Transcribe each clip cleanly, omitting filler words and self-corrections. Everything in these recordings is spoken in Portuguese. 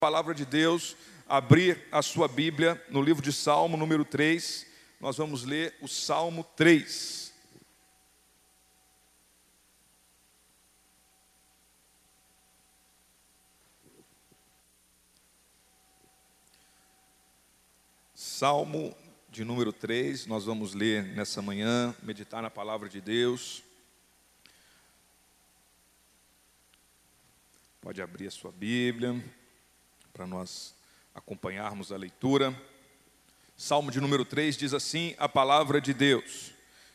Palavra de Deus, abrir a sua Bíblia no livro de Salmo, número 3, nós vamos ler o Salmo 3. Salmo de número 3, nós vamos ler nessa manhã, meditar na palavra de Deus. Pode abrir a sua Bíblia para nós acompanharmos a leitura. Salmo de número 3 diz assim a palavra de Deus: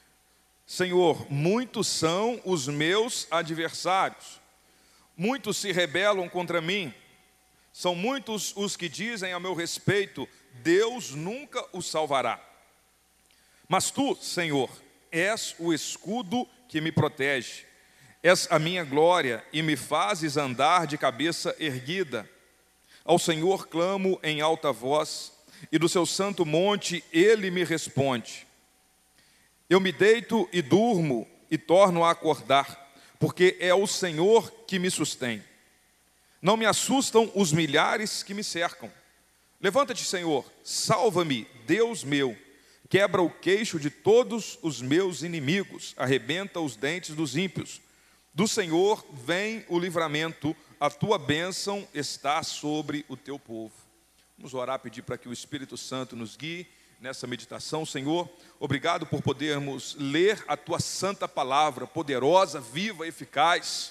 Senhor, muitos são os meus adversários, muitos se rebelam contra mim, são muitos os que dizem a meu respeito, Deus nunca os salvará. Mas tu, Senhor, és o escudo que me protege, és a minha glória e me fazes andar de cabeça erguida. Ao Senhor clamo em alta voz, e do seu santo monte Ele me responde. Eu me deito e durmo e torno a acordar, porque é o Senhor que me sustém. Não me assustam os milhares que me cercam. Levanta-te, Senhor, salva-me, Deus meu. Quebra o queixo de todos os meus inimigos, arrebenta os dentes dos ímpios. Do Senhor vem o livramento, a tua bênção está sobre o teu povo. Vamos orar, pedir para que o Espírito Santo nos guie nessa meditação. Senhor, obrigado por podermos ler a tua santa palavra, poderosa, viva, eficaz.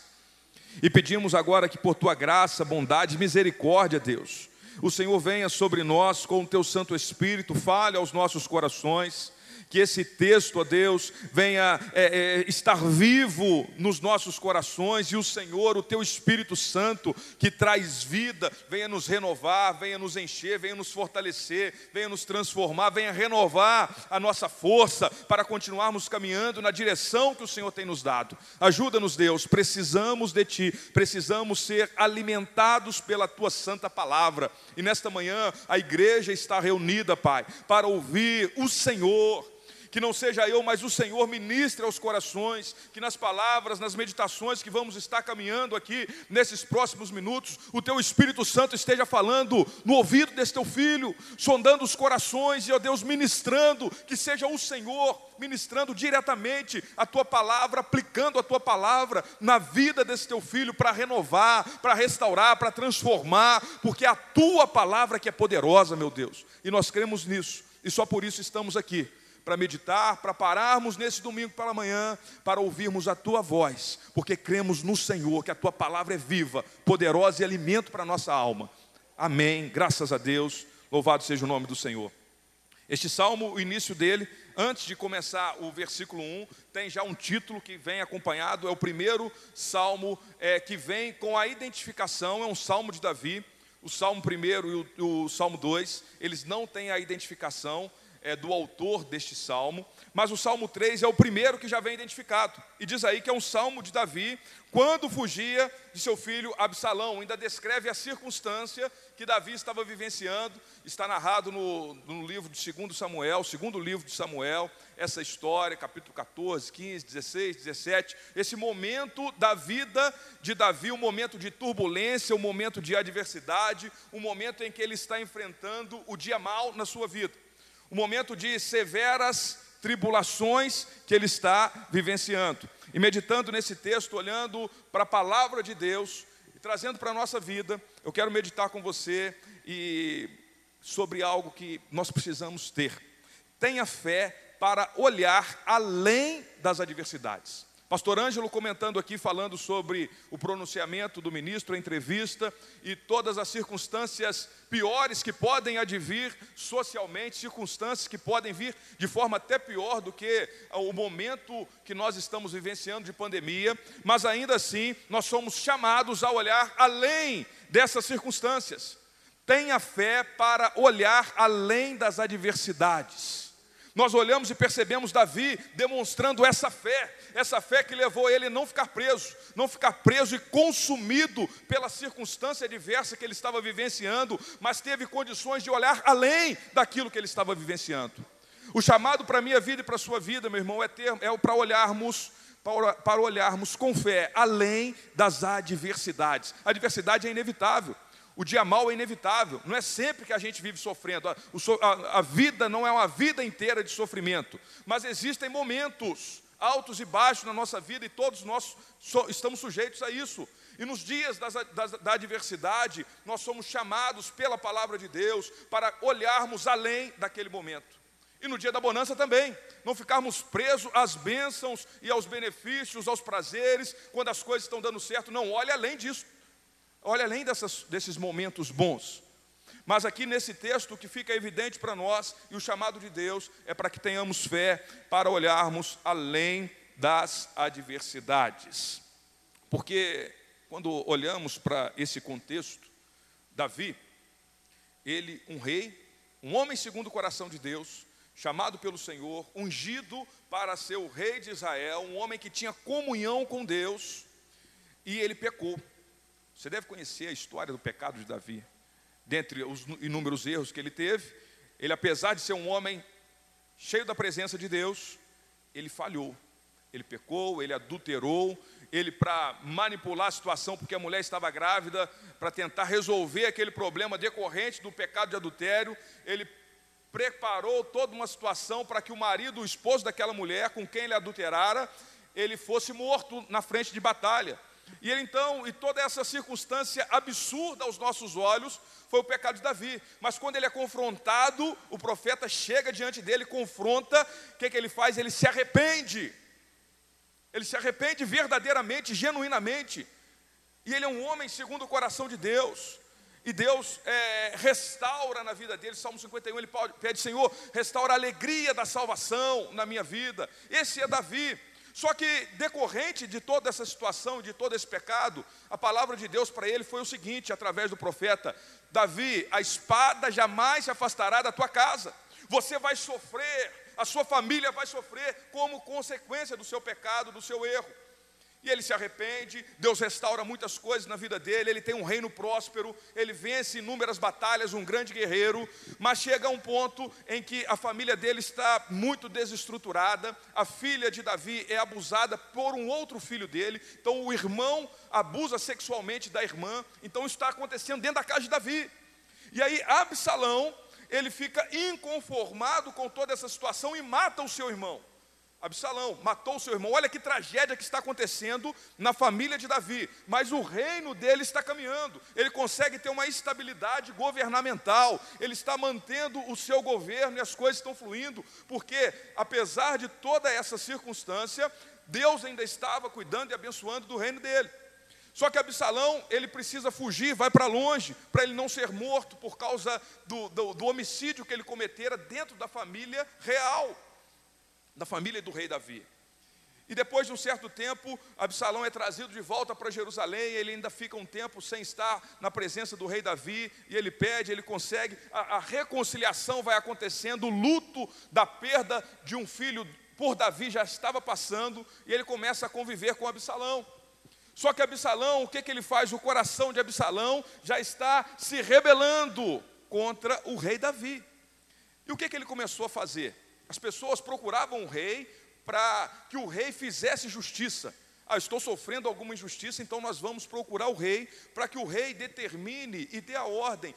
E pedimos agora que por tua graça, bondade e misericórdia, Deus, o Senhor venha sobre nós com o teu Santo Espírito, fale aos nossos corações. Que esse texto, ó Deus, venha estar vivo nos nossos corações, e o Senhor, o teu Espírito Santo, que traz vida, venha nos renovar, venha nos encher, venha nos fortalecer, venha nos transformar, venha renovar a nossa força para continuarmos caminhando na direção que o Senhor tem nos dado. Ajuda-nos, Deus, precisamos de Ti, precisamos ser alimentados pela Tua santa palavra. E nesta manhã a igreja está reunida, Pai, para ouvir o Senhor. Que não seja eu, mas o Senhor ministre aos corações, que nas palavras, nas meditações que vamos estar caminhando aqui, nesses próximos minutos, o Teu Espírito Santo esteja falando no ouvido desse Teu Filho, sondando os corações e, ó Deus, ministrando, que seja o Senhor ministrando diretamente a Tua palavra, aplicando a Tua palavra na vida desse Teu Filho, para renovar, para restaurar, para transformar, porque é a Tua palavra que é poderosa, meu Deus, e nós cremos nisso, e só por isso estamos aqui, para meditar, para pararmos nesse domingo pela manhã, para ouvirmos a Tua voz, porque cremos no Senhor, que a Tua palavra é viva, poderosa e alimento para a nossa alma. Amém, graças a Deus, louvado seja o nome do Senhor. Este salmo, o início dele, antes de começar o versículo 1, tem já um título que vem acompanhado, é o primeiro salmo que vem com a identificação, é um salmo de Davi. O salmo 1 e o salmo 2, eles não têm a identificação do autor deste salmo, mas o salmo 3 é o primeiro que já vem identificado, e diz aí que é um salmo de Davi, quando fugia de seu filho Absalão. Ainda descreve a circunstância que Davi estava vivenciando, está narrado no livro de 2 Samuel, segundo livro de Samuel, essa história, capítulo 14, 15, 16, 17, esse momento da vida de Davi, um momento de turbulência, um momento de adversidade, um momento em que ele está enfrentando o dia mau na sua vida. Um momento de severas tribulações que ele está vivenciando. E meditando nesse texto, olhando para a palavra de Deus e trazendo para a nossa vida, eu quero meditar com você sobre algo que nós precisamos ter. Tenha fé para olhar além das adversidades. Pastor Ângelo comentando aqui, falando sobre o pronunciamento do ministro, a entrevista e todas as circunstâncias piores que podem advir socialmente, circunstâncias que podem vir de forma até pior do que o momento que nós estamos vivenciando de pandemia, mas ainda assim nós somos chamados a olhar além dessas circunstâncias. Tenha fé para olhar além das adversidades. Nós olhamos e percebemos Davi demonstrando essa fé que levou ele a não ficar preso e consumido pela circunstância adversa que ele estava vivenciando, mas teve condições de olhar além daquilo que ele estava vivenciando. O chamado para a minha vida e para a sua vida, meu irmão, é para olharmos com fé além das adversidades. A adversidade é inevitável. O dia mau é inevitável, não é sempre que a gente vive sofrendo. A vida não é uma vida inteira de sofrimento, mas existem momentos altos e baixos na nossa vida e todos nós estamos sujeitos a isso. E nos dias da adversidade, nós somos chamados pela palavra de Deus para olharmos além daquele momento. E no dia da bonança também, não ficarmos presos às bênçãos e aos benefícios, aos prazeres, quando as coisas estão dando certo. Não, olhe além disso. Olha, além desses momentos bons. Mas aqui nesse texto o que fica evidente para nós, e o chamado de Deus, é para que tenhamos fé para olharmos além das adversidades. Porque quando olhamos para esse contexto, Davi, ele, um rei, um homem segundo o coração de Deus, chamado pelo Senhor, ungido para ser o rei de Israel, um homem que tinha comunhão com Deus, e ele pecou. Você deve conhecer a história do pecado de Davi. Dentre os inúmeros erros que ele teve, ele, apesar de ser um homem cheio da presença de Deus, ele falhou. Ele pecou, ele adulterou, ele, para manipular a situação, porque a mulher estava grávida, para tentar resolver aquele problema decorrente do pecado de adultério, ele preparou toda uma situação para que o marido, o esposo daquela mulher com quem ele adulterara, ele fosse morto na frente de batalha. E ele então, e toda essa circunstância absurda aos nossos olhos, foi o pecado de Davi. Mas quando ele é confrontado, o profeta chega diante dele, confronta, o que ele faz? Ele se arrepende. Ele se arrepende verdadeiramente, genuinamente. E ele é um homem segundo o coração de Deus. E Deus restaura na vida dele. Salmo 51, ele pede: Senhor, restaura a alegria da salvação na minha vida. Esse é Davi. Só que decorrente de toda essa situação, de todo esse pecado, a palavra de Deus para ele foi o seguinte, através do profeta: Davi, a espada jamais se afastará da tua casa. Você vai sofrer, a sua família vai sofrer como consequência do seu pecado, do seu erro. E ele se arrepende, Deus restaura muitas coisas na vida dele, ele tem um reino próspero, ele vence inúmeras batalhas, um grande guerreiro, mas chega a um ponto em que a família dele está muito desestruturada, a filha de Davi é abusada por um outro filho dele, então o irmão abusa sexualmente da irmã, então isso está acontecendo dentro da casa de Davi. E aí Absalão, ele fica inconformado com toda essa situação e mata o seu irmão. Absalão matou o seu irmão. Olha que tragédia que está acontecendo na família de Davi. Mas o reino dele está caminhando. Ele consegue ter uma estabilidade governamental. Ele está mantendo o seu governo e as coisas estão fluindo. Porque, apesar de toda essa circunstância, Deus ainda estava cuidando e abençoando do reino dele. Só que Absalão, ele precisa fugir, vai para longe, para ele não ser morto por causa do homicídio que ele cometera dentro da família real, da família do rei Davi. E depois de um certo tempo, Absalão é trazido de volta para Jerusalém, ele ainda fica um tempo sem estar na presença do rei Davi, e ele pede, ele consegue, a reconciliação vai acontecendo, o luto da perda de um filho por Davi já estava passando, e ele começa a conviver com Absalão. Só que Absalão, o que ele faz? O coração de Absalão já está se rebelando contra o rei Davi. E o que ele começou a fazer? As pessoas procuravam o rei para que o rei fizesse justiça. Estou sofrendo alguma injustiça, então nós vamos procurar o rei para que o rei determine e dê a ordem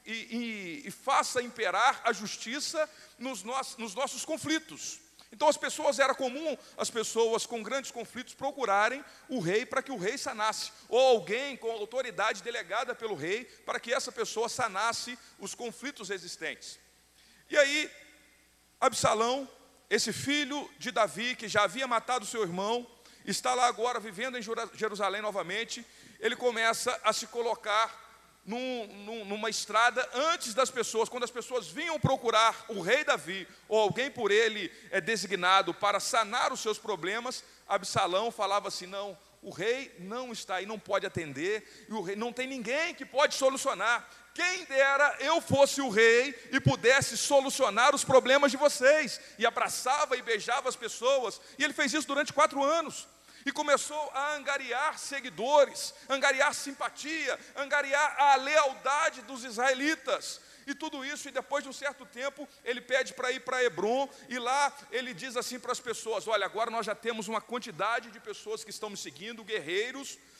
e faça imperar a justiça nos nossos conflitos. Então era comum as pessoas com grandes conflitos procurarem o rei para que o rei sanasse, ou alguém com autoridade delegada pelo rei para que essa pessoa sanasse os conflitos existentes. E aí, Absalão, esse filho de Davi, que já havia matado seu irmão, está lá agora vivendo em Jerusalém novamente. Ele começa a se colocar numa estrada antes das pessoas. Quando as pessoas vinham procurar o rei Davi, ou alguém por ele designado para sanar os seus problemas, Absalão falava assim: não, o rei não está aí, não pode atender, e o rei, não tem ninguém que pode solucionar. Quem dera eu fosse o rei e pudesse solucionar os problemas de vocês. E abraçava e beijava as pessoas. E ele fez isso durante 4 anos. E começou a angariar seguidores, angariar simpatia, angariar a lealdade dos israelitas. E tudo isso, e depois de um certo tempo, ele pede para ir para Hebrom, e lá ele diz assim para as pessoas: olha, agora nós já temos uma quantidade de pessoas que estão me seguindo, guerreiros,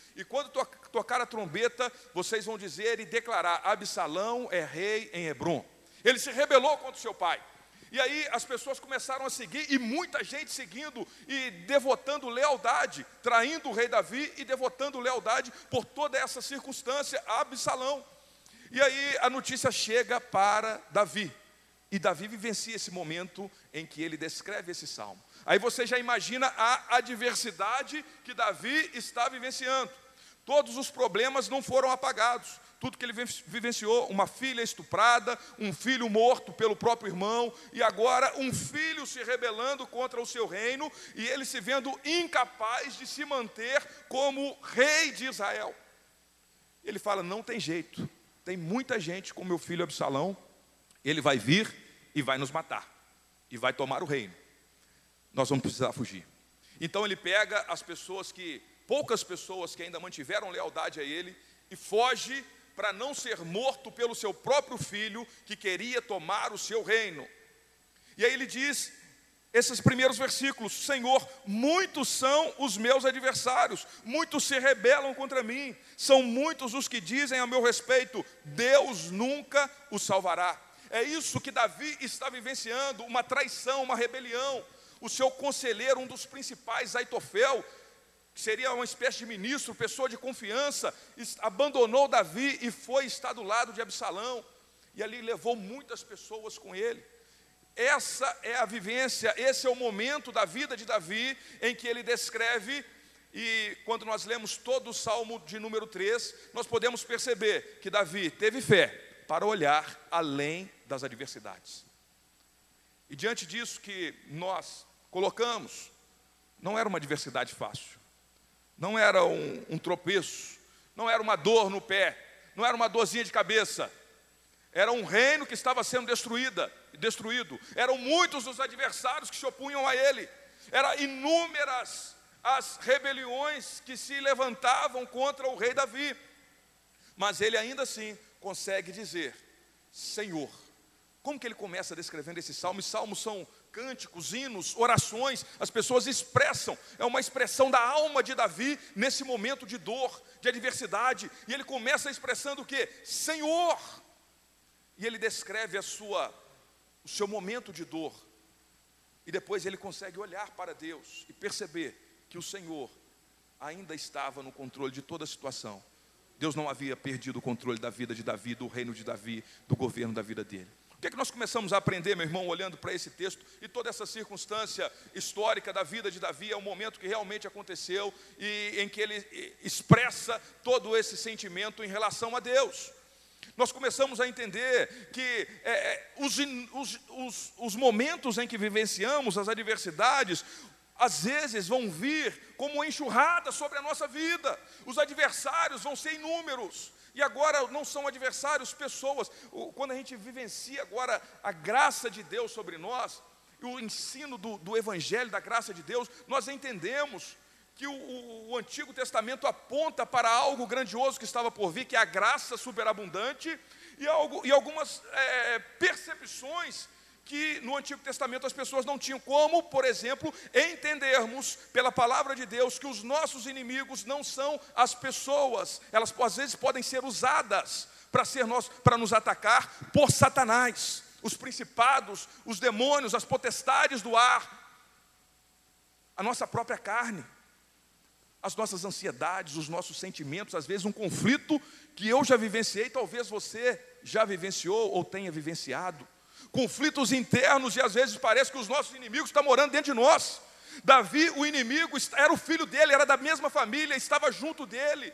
E quando tocar a trombeta, vocês vão dizer e declarar: Absalão é rei em Hebrom. Ele se rebelou contra o seu pai. E aí as pessoas começaram a seguir, e muita gente seguindo e devotando lealdade, traindo o rei Davi e devotando lealdade por toda essa circunstância a Absalão. E aí a notícia chega para Davi, e Davi vivencia esse momento em que ele descreve esse salmo. Aí você já imagina a adversidade que Davi está vivenciando. Todos os problemas não foram apagados. Tudo que ele vivenciou: uma filha estuprada, um filho morto pelo próprio irmão, e agora um filho se rebelando contra o seu reino, e ele se vendo incapaz de se manter como rei de Israel. Ele fala: não tem jeito, tem muita gente com meu filho Absalão, ele vai vir e vai nos matar, e vai tomar o reino. Nós vamos precisar fugir. Então ele pega poucas pessoas que ainda mantiveram lealdade a ele, e foge para não ser morto pelo seu próprio filho, que queria tomar o seu reino. E aí ele diz, esses primeiros versículos: Senhor, muitos são os meus adversários, muitos se rebelam contra mim, são muitos os que dizem a meu respeito: Deus nunca o salvará. É isso que Davi está vivenciando, uma traição, uma rebelião. O seu conselheiro, um dos principais, Aitofel, que seria uma espécie de ministro, pessoa de confiança, abandonou Davi e foi estar do lado de Absalão, e ali levou muitas pessoas com ele. Essa é a vivência, esse é o momento da vida de Davi, em que ele descreve. E quando nós lemos todo o Salmo de número 3, nós podemos perceber que Davi teve fé para olhar além das adversidades. E diante disso que nós colocamos, não era uma adversidade fácil, não era um tropeço, não era uma dor no pé, não era uma dorzinha de cabeça. Era um reino que estava sendo destruído. Eram muitos os adversários que se opunham a ele. Eram inúmeras as rebeliões que se levantavam contra o rei Davi. Mas ele ainda assim consegue dizer: Senhor. Como que ele começa descrevendo esse salmo? E salmos são cânticos, hinos, orações. As pessoas expressam, é uma expressão da alma de Davi nesse momento de dor, de adversidade. E ele começa expressando o quê? Senhor. E ele descreve o seu momento de dor. E depois ele consegue olhar para Deus e perceber que o Senhor ainda estava no controle de toda a situação. Deus não havia perdido o controle da vida de Davi, do reino de Davi, do governo da vida dele. O que é que nós começamos a aprender, meu irmão, olhando para esse texto e toda essa circunstância histórica da vida de Davi? É um momento que realmente aconteceu e em que ele expressa todo esse sentimento em relação a Deus. Nós começamos a entender que os momentos em que vivenciamos as adversidades, às vezes vão vir como uma enxurrada sobre a nossa vida. Os adversários vão ser inúmeros. E agora não são adversários, pessoas. Quando a gente vivencia agora a graça de Deus sobre nós, o ensino do Evangelho, da graça de Deus, nós entendemos que o Antigo Testamento aponta para algo grandioso que estava por vir, que é a graça superabundante, e algumas percepções que no Antigo Testamento as pessoas não tinham, como, por exemplo, entendermos pela palavra de Deus que os nossos inimigos não são as pessoas. Elas às vezes podem ser usadas para nos atacar por Satanás, os principados, os demônios, as potestades do ar, a nossa própria carne, as nossas ansiedades, os nossos sentimentos, às vezes um conflito que eu já vivenciei, talvez você já vivenciou ou tenha vivenciado. Conflitos internos, e às vezes parece que os nossos inimigos estão morando dentro de nós. Davi, o inimigo, era o filho dele, era da mesma família, estava junto dele.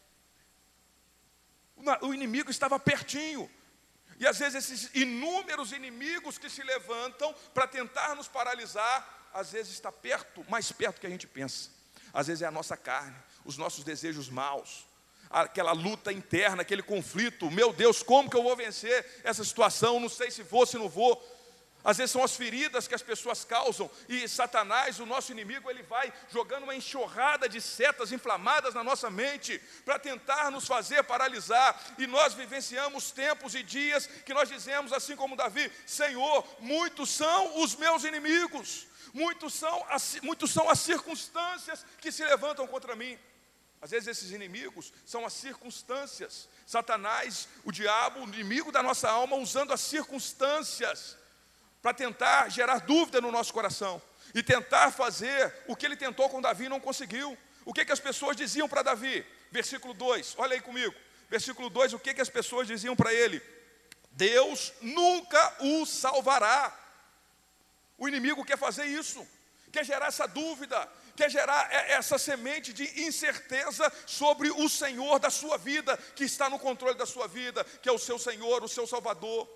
O inimigo estava pertinho. E às vezes esses inúmeros inimigos que se levantam para tentar nos paralisar, às vezes está perto, mais perto que a gente pensa. Às vezes é a nossa carne, os nossos desejos maus, aquela luta interna, aquele conflito. Meu Deus, como que eu vou vencer essa situação? Não sei se vou, se não vou. Às vezes são as feridas que as pessoas causam, e Satanás, o nosso inimigo, ele vai jogando uma enxurrada de setas inflamadas na nossa mente para tentar nos fazer paralisar. E nós vivenciamos tempos e dias que nós dizemos assim como Davi: Senhor, muitos são os meus inimigos, muitos são as circunstâncias que se levantam contra mim. Às vezes esses inimigos são as circunstâncias. Satanás, o diabo, o inimigo da nossa alma, usando as circunstâncias para tentar gerar dúvida no nosso coração e tentar fazer o que ele tentou com Davi e não conseguiu. O que as pessoas diziam para Davi? Versículo 2, olha aí comigo. Versículo 2, o que as pessoas diziam para ele? Deus nunca o salvará. O inimigo quer fazer isso, quer gerar essa dúvida, quer gerar essa semente de incerteza sobre o Senhor da sua vida, que está no controle da sua vida, que é o seu Senhor, o seu Salvador.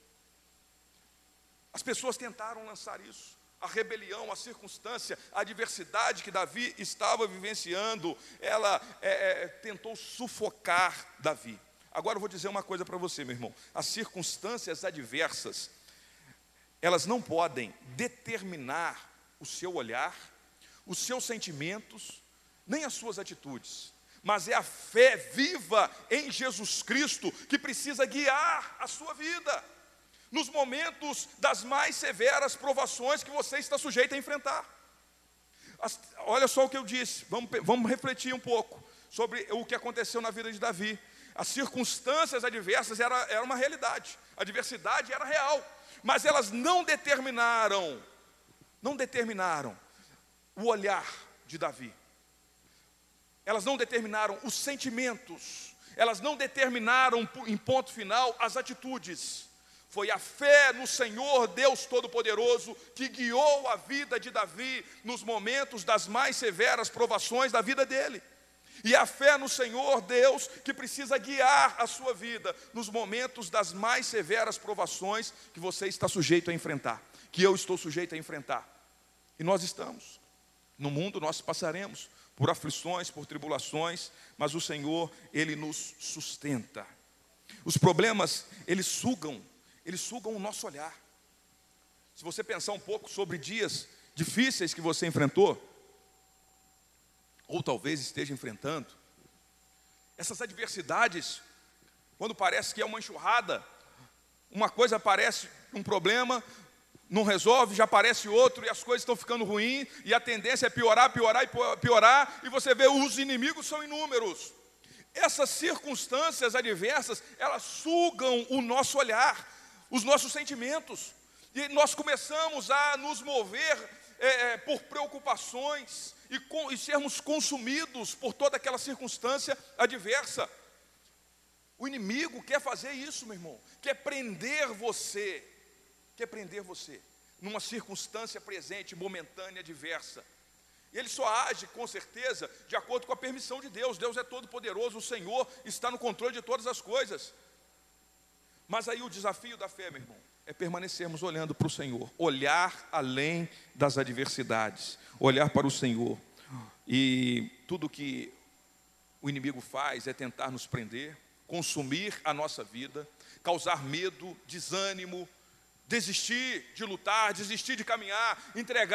As pessoas tentaram lançar isso. A rebelião, a circunstância, a adversidade que Davi estava vivenciando, ela tentou sufocar Davi. Agora eu vou dizer uma coisa para você, meu irmão. As circunstâncias adversas, elas não podem determinar o seu olhar, os seus sentimentos, nem as suas atitudes. Mas é a fé viva em Jesus Cristo que precisa guiar a sua vida nos momentos das mais severas provações que você está sujeito a enfrentar. Olha só o que eu disse, vamos refletir um pouco sobre o que aconteceu na vida de Davi. As circunstâncias adversas era uma realidade, a adversidade era real, mas elas não determinaram o olhar de Davi. Elas não determinaram os sentimentos, elas não determinaram em ponto final as atitudes. Foi a fé no Senhor Deus Todo-Poderoso que guiou a vida de Davi nos momentos das mais severas provações da vida dele. E a fé no Senhor Deus que precisa guiar a sua vida nos momentos das mais severas provações que você está sujeito a enfrentar, que eu estou sujeito a enfrentar. E nós estamos. No mundo nós passaremos por aflições, por tribulações, mas o Senhor, Ele nos sustenta. Os problemas, eles sugam o nosso olhar. Se você pensar um pouco sobre dias difíceis que você enfrentou, ou talvez esteja enfrentando, essas adversidades, quando parece que é uma enxurrada, uma coisa aparece, um problema, não resolve, já aparece outro, e as coisas estão ficando ruins, e a tendência é piorar, e você vê, os inimigos são inúmeros. Essas circunstâncias adversas, elas sugam o nosso olhar, os nossos sentimentos, e nós começamos a nos mover por preocupações e sermos consumidos por toda aquela circunstância adversa. O inimigo quer fazer isso, meu irmão, quer prender você numa circunstância presente, momentânea, adversa. E ele só age, com certeza, de acordo com a permissão de Deus. Deus é todo poderoso, o Senhor está no controle de todas as coisas. Mas aí o desafio da fé, meu irmão, é permanecermos olhando para o Senhor, olhar além das adversidades, olhar para o Senhor. E tudo que o inimigo faz é tentar nos prender, consumir a nossa vida, causar medo, desânimo, desistir de lutar, desistir de caminhar,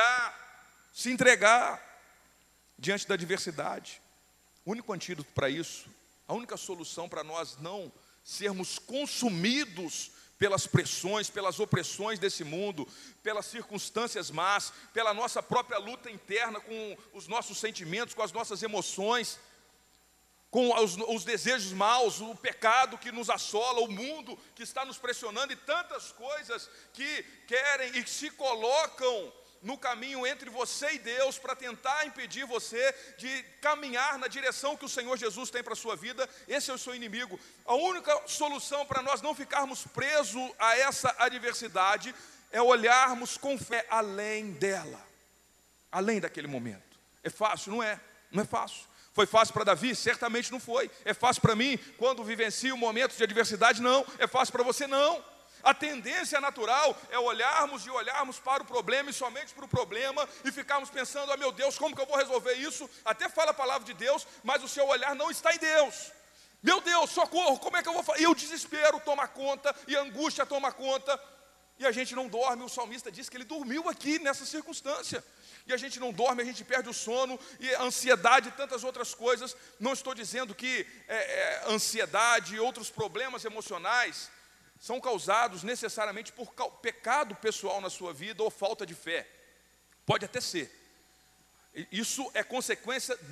se entregar diante da adversidade. O único antídoto para isso, a única solução para nós não sermos consumidos pelas pressões, pelas opressões desse mundo, pelas circunstâncias más, pela nossa própria luta interna com os nossos sentimentos, com as nossas emoções, com os desejos maus, o pecado que nos assola, o mundo que está nos pressionando e tantas coisas que querem e se colocam no caminho entre você e Deus para tentar impedir você de caminhar na direção que o Senhor Jesus tem para a sua vida. Esse é o seu inimigo. A única solução para nós não ficarmos presos a essa adversidade é olharmos com fé além dela, além daquele momento. É fácil? Não é fácil. Foi fácil para Davi? Certamente não foi. É fácil para mim quando vivencio momentos de adversidade? Não. É fácil para você? Não. A tendência natural é olharmos para o problema e somente para o problema e ficarmos pensando, meu Deus, como que eu vou resolver isso? Até fala a palavra de Deus, mas o seu olhar não está em Deus. Meu Deus, socorro, como é que eu vou fazer? E o desespero toma conta, e a angústia toma conta, e a gente não dorme. O salmista diz que ele dormiu aqui nessa circunstância. E a gente não dorme, a gente perde o sono, e a ansiedade e tantas outras coisas. Não estou dizendo que ansiedade e outros problemas emocionais são causados necessariamente por pecado pessoal na sua vida ou falta de fé. Pode até ser. Isso é consequência do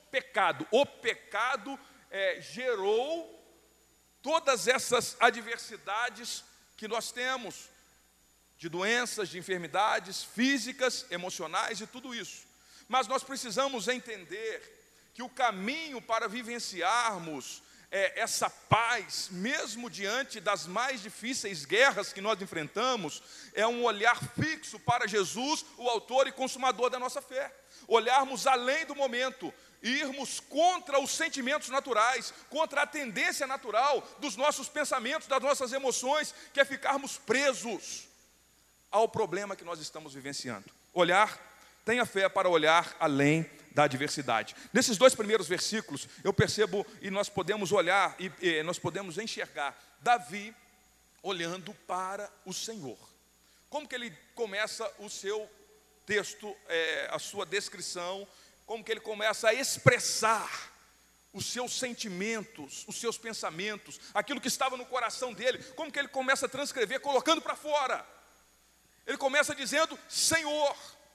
pecado. O pecado gerou todas essas adversidades que nós temos, de doenças, de enfermidades físicas, emocionais e tudo isso. Mas nós precisamos entender que o caminho para vivenciarmos essa paz, mesmo diante das mais difíceis guerras que nós enfrentamos, é um olhar fixo para Jesus, o autor e consumador da nossa fé. Olharmos além do momento, irmos contra os sentimentos naturais, contra a tendência natural dos nossos pensamentos, das nossas emoções, que é ficarmos presos ao problema que nós estamos vivenciando. Tenha fé para olhar além da adversidade. Nesses 2 primeiros versículos, eu percebo, e nós podemos olhar, e nós podemos enxergar Davi olhando para o Senhor. Como que ele começa o seu texto, a sua descrição, como que ele começa a expressar os seus sentimentos, os seus pensamentos, aquilo que estava no coração dele, como que ele começa a transcrever, colocando para fora. Ele começa dizendo: Senhor,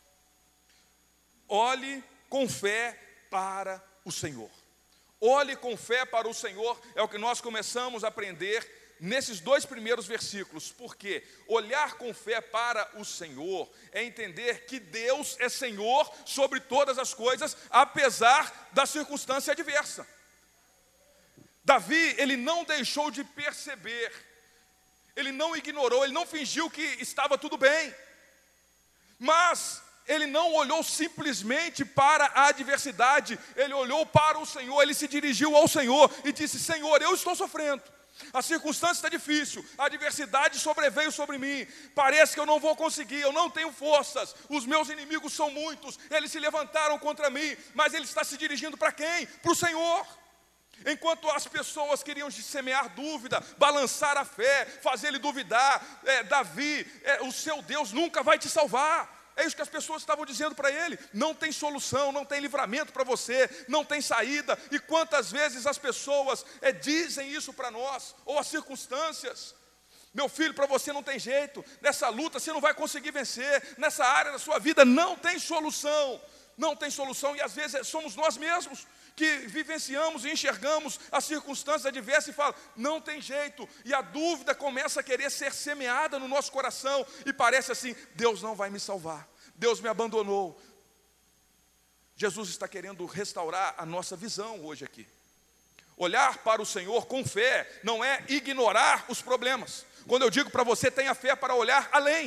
olhe com fé para o Senhor. Olhe com fé para o Senhor é o que nós começamos a aprender nesses 2 primeiros versículos. Porque olhar com fé para o Senhor é entender que Deus é Senhor sobre todas as coisas, apesar da circunstância adversa. Davi, ele não deixou de perceber, ele não ignorou, ele não fingiu que estava tudo bem, mas ele não olhou simplesmente para a adversidade, ele olhou para o Senhor, ele se dirigiu ao Senhor e disse: Senhor, eu estou sofrendo, a circunstância está difícil, a adversidade sobreveio sobre mim, parece que eu não vou conseguir, eu não tenho forças, os meus inimigos são muitos, eles se levantaram contra mim, mas ele está se dirigindo para quem? Para o Senhor. Enquanto as pessoas queriam semear dúvida, balançar a fé, fazer ele duvidar, Davi, o seu Deus nunca vai te salvar. É isso que as pessoas estavam dizendo para ele. Não tem solução, não tem livramento para você, não tem saída. E quantas vezes as pessoas dizem isso para nós, ou as circunstâncias: meu filho, para você não tem jeito, nessa luta você não vai conseguir vencer, nessa área da sua vida não tem solução. Não tem solução, e às vezes somos nós mesmos que vivenciamos e enxergamos as circunstâncias adversas e falamos: não tem jeito, e a dúvida começa a querer ser semeada no nosso coração, e parece assim: Deus não vai me salvar, Deus me abandonou. Jesus está querendo restaurar a nossa visão hoje aqui. Olhar para o Senhor com fé não é ignorar os problemas. Quando eu digo para você, tenha fé para olhar além,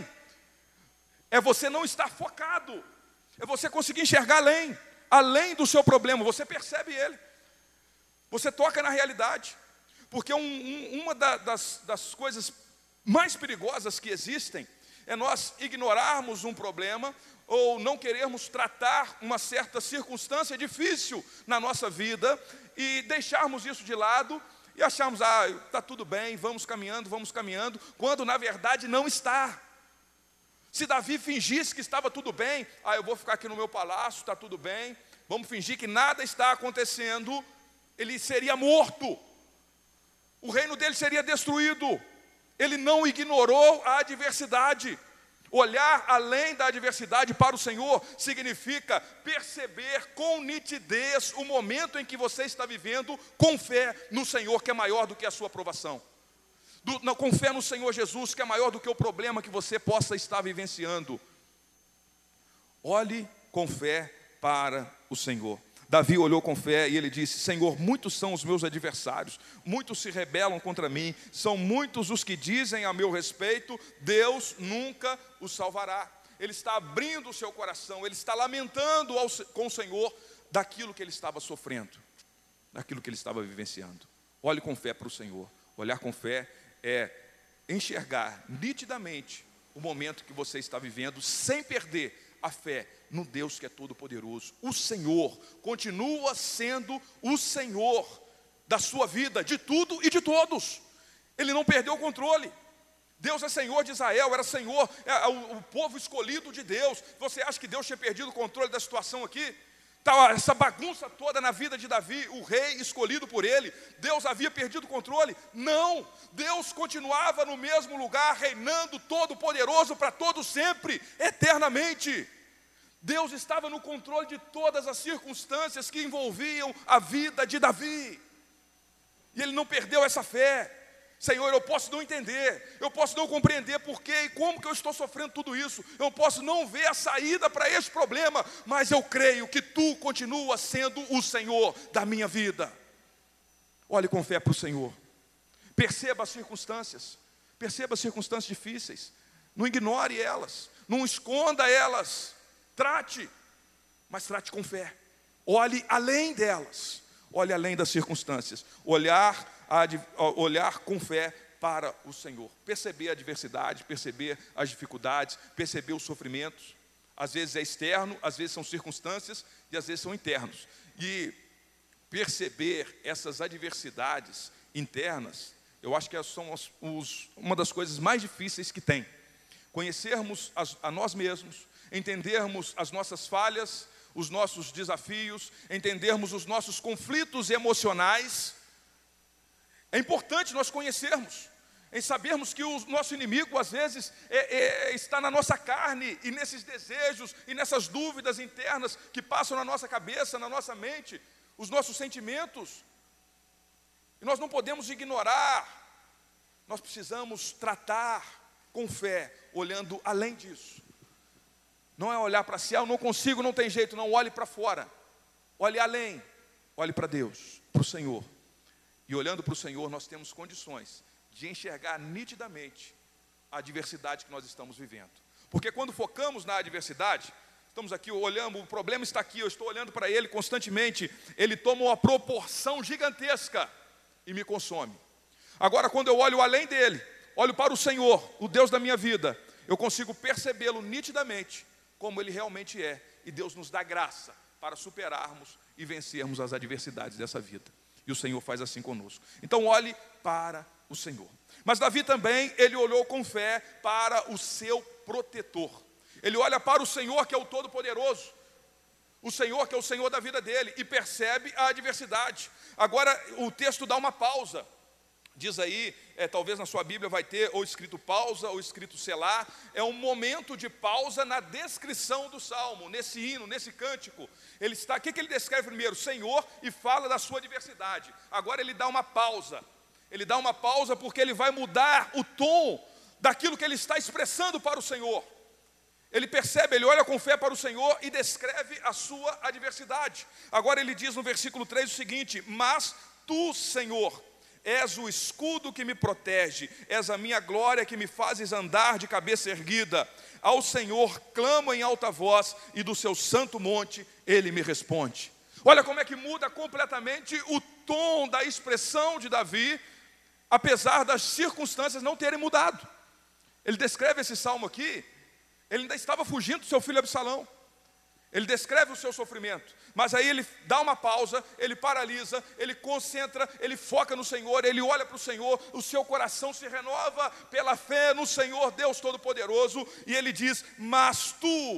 é você não estar focado, é você conseguir enxergar além do seu problema. Você percebe ele, você toca na realidade. Porque uma das coisas mais perigosas que existem é nós ignorarmos um problema, ou não querermos tratar uma certa circunstância difícil na nossa vida, e deixarmos isso de lado, e acharmos: está tudo bem, vamos caminhando, quando na verdade não está. Se Davi fingisse que estava tudo bem, eu vou ficar aqui no meu palácio, está tudo bem, vamos fingir que nada está acontecendo, ele seria morto, o reino dele seria destruído. Ele não ignorou a adversidade. Olhar além da adversidade para o Senhor significa perceber com nitidez o momento em que você está vivendo, com fé no Senhor, que é maior do que a sua provação. Com fé no Senhor Jesus, que é maior do que o problema que você possa estar vivenciando. Olhe com fé para o Senhor. Davi olhou com fé e ele disse: Senhor, muitos são os meus adversários, muitos se rebelam contra mim, são muitos os que dizem a meu respeito, Deus nunca os salvará. Ele está abrindo o seu coração, ele está lamentando com o Senhor daquilo que ele estava sofrendo, daquilo que ele estava vivenciando. Olhe com fé para o Senhor. Olhar com fé é enxergar nitidamente o momento que você está vivendo, sem perder a fé no Deus que é todo poderoso. O Senhor continua sendo o Senhor da sua vida, de tudo e de todos. Ele não perdeu o controle. Deus é Senhor de Israel, era Senhor, o povo escolhido de Deus. Você acha que Deus tinha perdido o controle da situação aqui? Essa bagunça toda na vida de Davi, o rei escolhido por ele, Deus havia perdido o controle? Não, Deus continuava no mesmo lugar, reinando todo poderoso para todo sempre, eternamente. Deus estava no controle de todas as circunstâncias que envolviam a vida de Davi. E ele não perdeu essa fé. Senhor, eu posso não entender, eu posso não compreender porquê e como que eu estou sofrendo tudo isso, eu posso não ver a saída para esse problema, mas eu creio que Tu continuas sendo o Senhor da minha vida. Olhe com fé para o Senhor, perceba as circunstâncias difíceis, não ignore elas, não esconda elas, trate, mas trate com fé, olhe além delas, olhe além das circunstâncias, olhar com fé para o Senhor, perceber a adversidade, perceber as dificuldades, perceber os sofrimentos, às vezes é externo, às vezes são circunstâncias e às vezes são internos, e perceber essas adversidades internas, eu acho que são uma das coisas mais difíceis que tem, conhecermos a nós mesmos, entendermos as nossas falhas, os nossos desafios, entendermos os nossos conflitos emocionais. É importante nós conhecermos, em sabermos que o nosso inimigo às vezes está na nossa carne, e nesses desejos, e nessas dúvidas internas que passam na nossa cabeça, na nossa mente, os nossos sentimentos, e nós não podemos ignorar, nós precisamos tratar com fé, olhando além disso. Não é olhar para si, eu não consigo, não tem jeito, não, olhe para fora, olhe além, olhe para Deus, para o Senhor. E olhando para o Senhor, nós temos condições de enxergar nitidamente a adversidade que nós estamos vivendo. Porque quando focamos na adversidade, estamos aqui olhando, o problema está aqui, eu estou olhando para ele constantemente, ele toma uma proporção gigantesca e me consome. Agora, quando eu olho além dele, olho para o Senhor, o Deus da minha vida, eu consigo percebê-lo nitidamente como ele realmente é. E Deus nos dá graça para superarmos e vencermos as adversidades dessa vida. E o Senhor faz assim conosco. Então olhe para o Senhor. Mas Davi também, ele olhou com fé para o seu protetor. Ele olha para o Senhor, que é o Todo-Poderoso. O Senhor, que é o Senhor da vida dele, e percebe a adversidade. Agora o texto dá uma pausa. Diz aí, talvez na sua Bíblia vai ter ou escrito pausa ou escrito selá. É um momento de pausa na descrição do Salmo, nesse hino, nesse cântico. O que ele descreve primeiro? Senhor, e fala da sua adversidade. Agora ele dá uma pausa. Ele dá uma pausa porque ele vai mudar o tom daquilo que ele está expressando para o Senhor. Ele percebe, ele olha com fé para o Senhor e descreve a sua adversidade. Agora ele diz no versículo 3 o seguinte: mas Tu, Senhor, és o escudo que me protege, és a minha glória que me fazes andar de cabeça erguida. Ao Senhor clamo em alta voz, e do seu santo monte Ele me responde. Olha como é que muda completamente o tom da expressão de Davi, apesar das circunstâncias não terem mudado. Ele descreve esse salmo aqui, ele ainda estava fugindo do seu filho Absalão. Ele descreve o seu sofrimento, mas aí ele dá uma pausa, ele paralisa, ele concentra, ele foca no Senhor, ele olha para o Senhor, o seu coração se renova pela fé no Senhor, Deus Todo-Poderoso, e ele diz: mas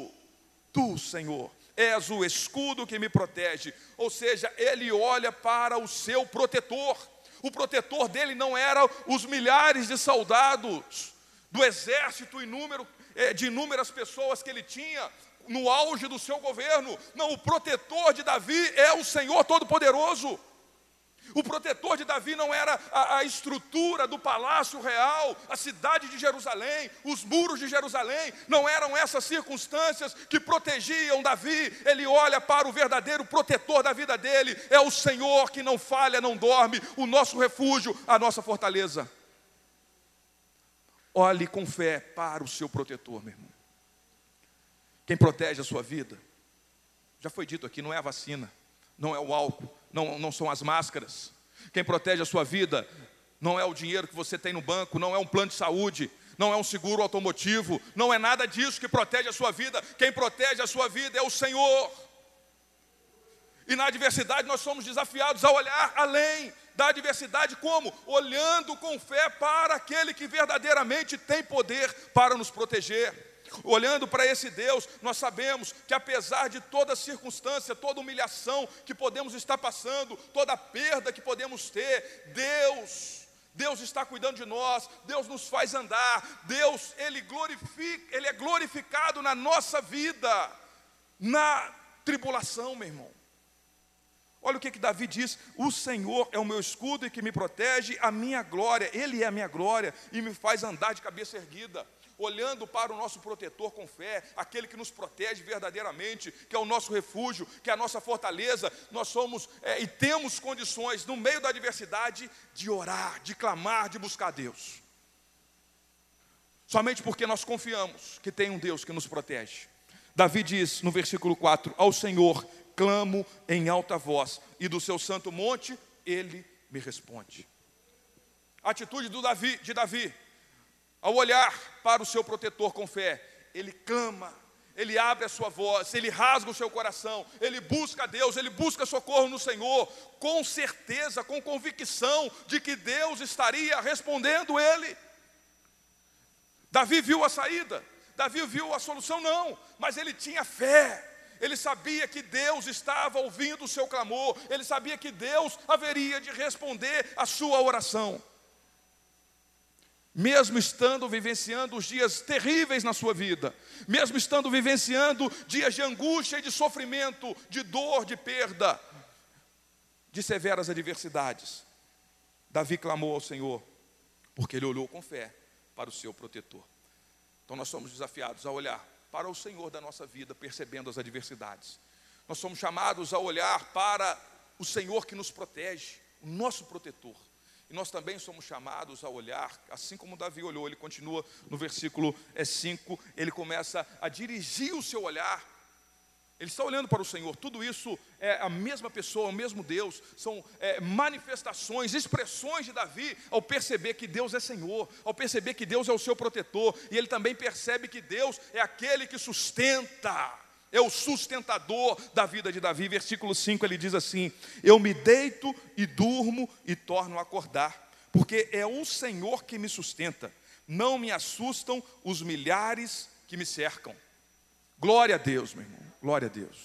Tu, Senhor, és o escudo que me protege. Ou seja, ele olha para o seu protetor. O protetor dele não eram os milhares de soldados do exército de inúmeras pessoas que ele tinha no auge do seu governo. Não, o protetor de Davi é o Senhor Todo-Poderoso. O protetor de Davi não era a estrutura do palácio real, a cidade de Jerusalém, os muros de Jerusalém, não eram essas circunstâncias que protegiam Davi. Ele olha para o verdadeiro protetor da vida dele, é o Senhor que não falha, não dorme, o nosso refúgio, a nossa fortaleza. Olhe com fé para o seu protetor, meu irmão. Quem protege a sua vida, já foi dito aqui, não é a vacina, não é o álcool, não são as máscaras. Quem protege a sua vida não é o dinheiro que você tem no banco, não é um plano de saúde, não é um seguro automotivo, não é nada disso que protege a sua vida. Quem protege a sua vida é o Senhor. E na adversidade nós somos desafiados a olhar além da adversidade, como? Olhando com fé para aquele que verdadeiramente tem poder para nos proteger. Olhando para esse Deus, nós sabemos que apesar de toda circunstância, toda humilhação que podemos estar passando, toda perda que podemos ter, Deus está cuidando de nós, Deus nos faz andar, Deus, Ele é glorificado na nossa vida. na tribulação, meu irmão. Olha o que Davi diz: o Senhor é o meu escudo e que me protege, a minha glória, Ele é a minha glória e me faz andar de cabeça erguida. Olhando para o nosso protetor com fé, aquele que nos protege verdadeiramente, que é o nosso refúgio, que é a nossa fortaleza, nós somos e temos condições, no meio da adversidade, de orar, de clamar, de buscar a Deus. Somente porque nós confiamos que tem um Deus que nos protege. Davi diz no versículo 4: ao Senhor clamo em alta voz, e do seu santo monte Ele me responde. A atitude de Davi, ao olhar para o seu protetor com fé, ele clama, ele abre a sua voz, ele rasga o seu coração, ele busca a Deus, ele busca socorro no Senhor, com certeza, com convicção de que Deus estaria respondendo ele. Davi viu a saída, Davi viu a solução? Não, mas ele tinha fé. Ele sabia que Deus estava ouvindo o seu clamor, ele sabia que Deus haveria de responder a sua oração. Mesmo estando vivenciando os dias terríveis na sua vida, mesmo estando vivenciando dias de angústia e de sofrimento, de dor, de perda, de severas adversidades, Davi clamou ao Senhor, porque ele olhou com fé para o seu protetor. Então nós somos desafiados a olhar para o Senhor da nossa vida, percebendo as adversidades. Nós somos chamados a olhar para o Senhor que nos protege, o nosso protetor. E nós também somos chamados a olhar, assim como Davi olhou. Ele continua no versículo 5, ele começa a dirigir o seu olhar. Ele está olhando para o Senhor. Tudo isso é a mesma pessoa, o mesmo Deus. São manifestações, expressões de Davi ao perceber que Deus é Senhor, ao perceber que Deus é o seu protetor. E ele também percebe que Deus é aquele que sustenta, é o sustentador da vida de Davi. Versículo 5, ele diz assim: eu me deito e durmo e torno a acordar, porque é o Senhor que me sustenta. Não me assustam os milhares que me cercam. Glória a Deus, meu irmão, glória a Deus.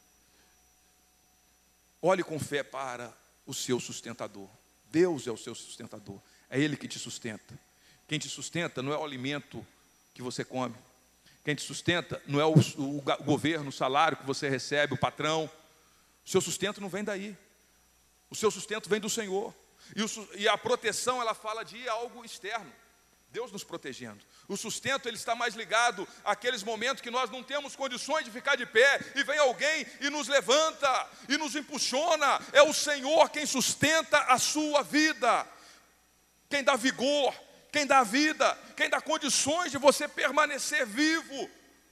Olhe com fé para o seu sustentador. Deus é o seu sustentador, é Ele que te sustenta. Quem te sustenta não é o alimento que você come. Quem te sustenta não é o governo, o salário que você recebe, o patrão. O seu sustento não vem daí. O seu sustento vem do Senhor. E a proteção, ela fala de algo externo. Deus nos protegendo. O sustento, ele está mais ligado àqueles momentos que nós não temos condições de ficar de pé, e vem alguém e nos levanta, e nos impulsiona. É o Senhor quem sustenta a sua vida, quem dá vigor, quem dá vida, quem dá condições de você permanecer vivo,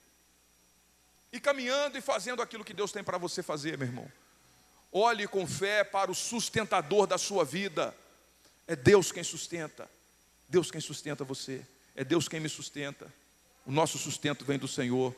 e caminhando e fazendo aquilo que Deus tem para você fazer, meu irmão. Olhe com fé para o sustentador da sua vida. É Deus quem sustenta. Deus quem sustenta você, é Deus quem me sustenta. O nosso sustento vem do Senhor.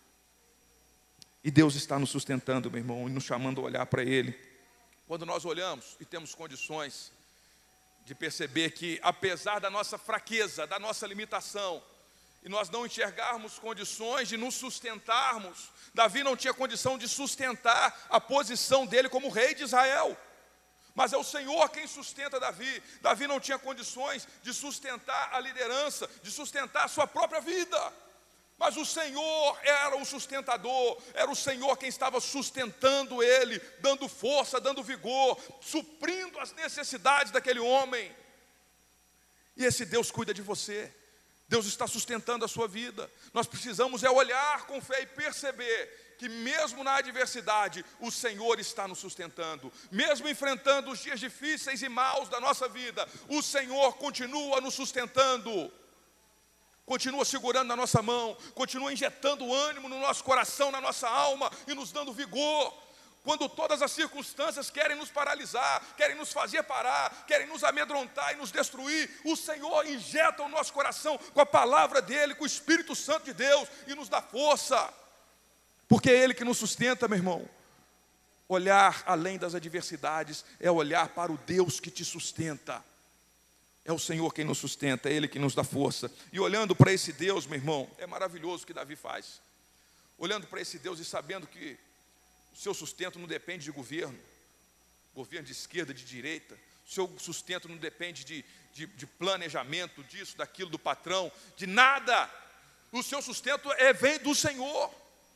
E Deus está nos sustentando, meu irmão, e nos chamando a olhar para Ele. Quando nós olhamos e temos condições de perceber que, apesar da nossa fraqueza, da nossa limitação, e nós não enxergarmos condições de nos sustentarmos, Davi não tinha condição de sustentar a posição dele como rei de Israel. Mas é o Senhor quem sustenta Davi. Davi não tinha condições de sustentar a liderança, de sustentar a sua própria vida. Mas o Senhor era o sustentador, era o Senhor quem estava sustentando ele, dando força, dando vigor, suprindo as necessidades daquele homem. E esse Deus cuida de você. Deus está sustentando a sua vida. Nós precisamos olhar com fé e perceber que mesmo na adversidade, o Senhor está nos sustentando. Mesmo enfrentando os dias difíceis e maus da nossa vida, o Senhor continua nos sustentando. Continua segurando na nossa mão, continua injetando ânimo no nosso coração, na nossa alma e nos dando vigor. Quando todas as circunstâncias querem nos paralisar, querem nos fazer parar, querem nos amedrontar e nos destruir, o Senhor injeta o nosso coração com a palavra dEle, com o Espírito Santo de Deus e nos dá força. Porque é Ele que nos sustenta, meu irmão. Olhar além das adversidades é olhar para o Deus que te sustenta. É o Senhor quem nos sustenta, é Ele que nos dá força. E olhando para esse Deus, meu irmão, é maravilhoso o que Davi faz. Olhando para esse Deus e sabendo que o seu sustento não depende de governo de esquerda, de direita. O seu sustento não depende de planejamento, disso, daquilo, do patrão, de nada. O seu sustento vem do Senhor.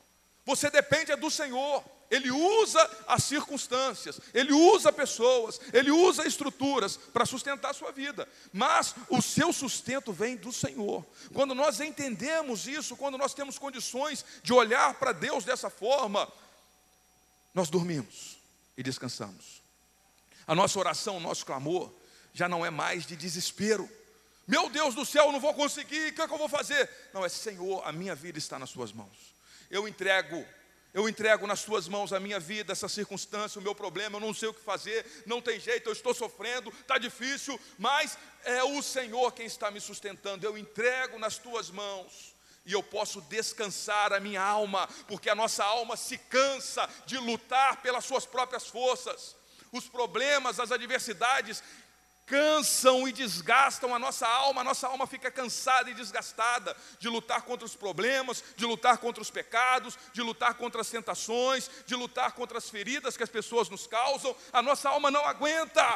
Você depende do Senhor. Ele usa as circunstâncias, Ele usa pessoas, Ele usa estruturas para sustentar a sua vida. Mas o seu sustento vem do Senhor. Quando nós entendemos isso, quando nós temos condições de olhar para Deus dessa forma, nós dormimos e descansamos. A nossa oração, o nosso clamor, já não é mais de desespero. Meu Deus do céu, eu não vou conseguir, o que é que eu vou fazer? Não, é Senhor, a minha vida está nas suas mãos. Eu entrego nas tuas mãos a minha vida, essa circunstância, o meu problema, eu não sei o que fazer, não tem jeito, eu estou sofrendo, está difícil, mas é o Senhor quem está me sustentando. Eu entrego nas tuas mãos e eu posso descansar a minha alma, porque a nossa alma se cansa de lutar pelas suas próprias forças. Os problemas, as adversidades cansam e desgastam a nossa alma fica cansada e desgastada de lutar contra os problemas, de lutar contra os pecados, de lutar contra as tentações, de lutar contra as feridas que as pessoas nos causam. A nossa alma não aguenta.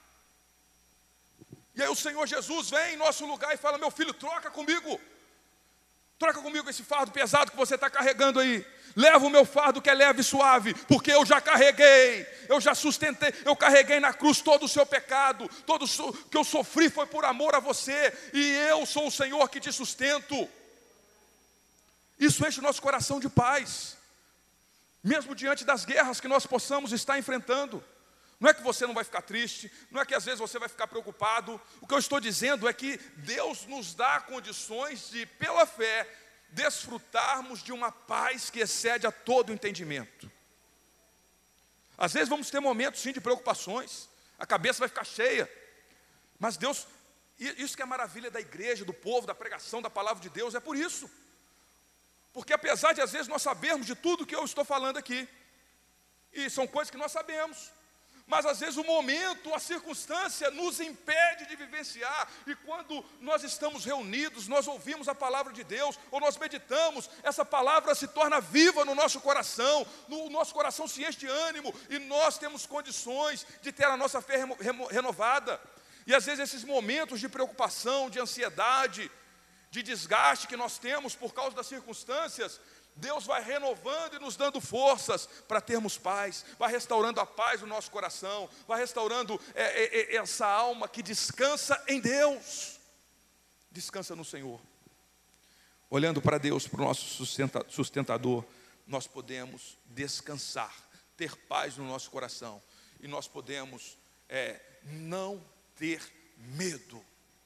E aí o Senhor Jesus vem em nosso lugar e fala: meu filho, troca comigo esse fardo pesado que você está carregando aí. Leva o meu fardo que é leve e suave, porque eu já carreguei, eu já sustentei, eu carreguei na cruz todo o seu pecado, todo o que eu sofri foi por amor a você, e eu sou o Senhor que te sustento. Isso enche o nosso coração de paz, mesmo diante das guerras que nós possamos estar enfrentando. Não é que você não vai ficar triste, não é que às vezes você vai ficar preocupado. O que eu estou dizendo é que Deus nos dá condições de, pela fé, desfrutarmos de uma paz que excede a todo entendimento. Às vezes vamos ter momentos sim de preocupações, a cabeça vai ficar cheia, mas Deus, isso que é a maravilha da igreja, do povo, da pregação da palavra de Deus, é por isso. Porque apesar de às vezes nós sabermos de tudo que eu estou falando aqui, e são coisas que nós sabemos, mas às vezes o momento, a circunstância nos impede de vivenciar. E quando nós estamos reunidos, nós ouvimos a palavra de Deus, ou nós meditamos, essa palavra se torna viva no nosso coração, no nosso coração se enche de ânimo, e nós temos condições de ter a nossa fé renovada. E às vezes esses momentos de preocupação, de ansiedade, de desgaste que nós temos por causa das circunstâncias, Deus vai renovando e nos dando forças para termos paz, vai restaurando a paz no nosso coração, vai restaurando essa alma que descansa em Deus, descansa no Senhor. Olhando para Deus, para o nosso sustentador, nós podemos descansar, ter paz no nosso coração, e nós podemos não ter medo.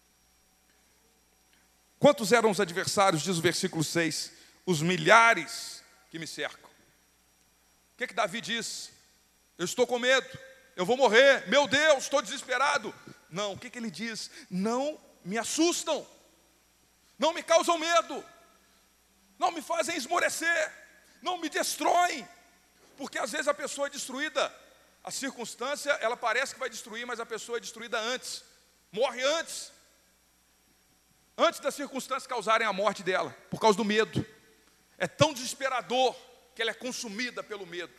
Quantos eram os adversários, diz o versículo 6, os milhares que me cercam? O que Davi diz? Eu estou com medo, eu vou morrer, meu Deus, estou desesperado. Não, o que ele diz? Não me assustam, não me causam medo, não me fazem esmorecer, não me destroem. Porque às vezes a pessoa é destruída, a circunstância, ela parece que vai destruir, mas a pessoa é destruída antes, morre antes das circunstâncias causarem a morte dela, por causa do medo. É tão desesperador que ela é consumida pelo medo.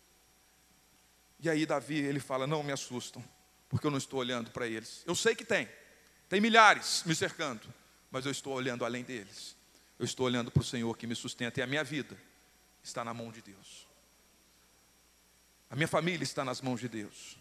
E aí Davi, ele fala: não me assustam, porque eu não estou olhando para eles. Eu sei que tem milhares me cercando, mas eu estou olhando além deles. Eu estou olhando para o Senhor que me sustenta, e a minha vida está na mão de Deus. A minha família está nas mãos de Deus.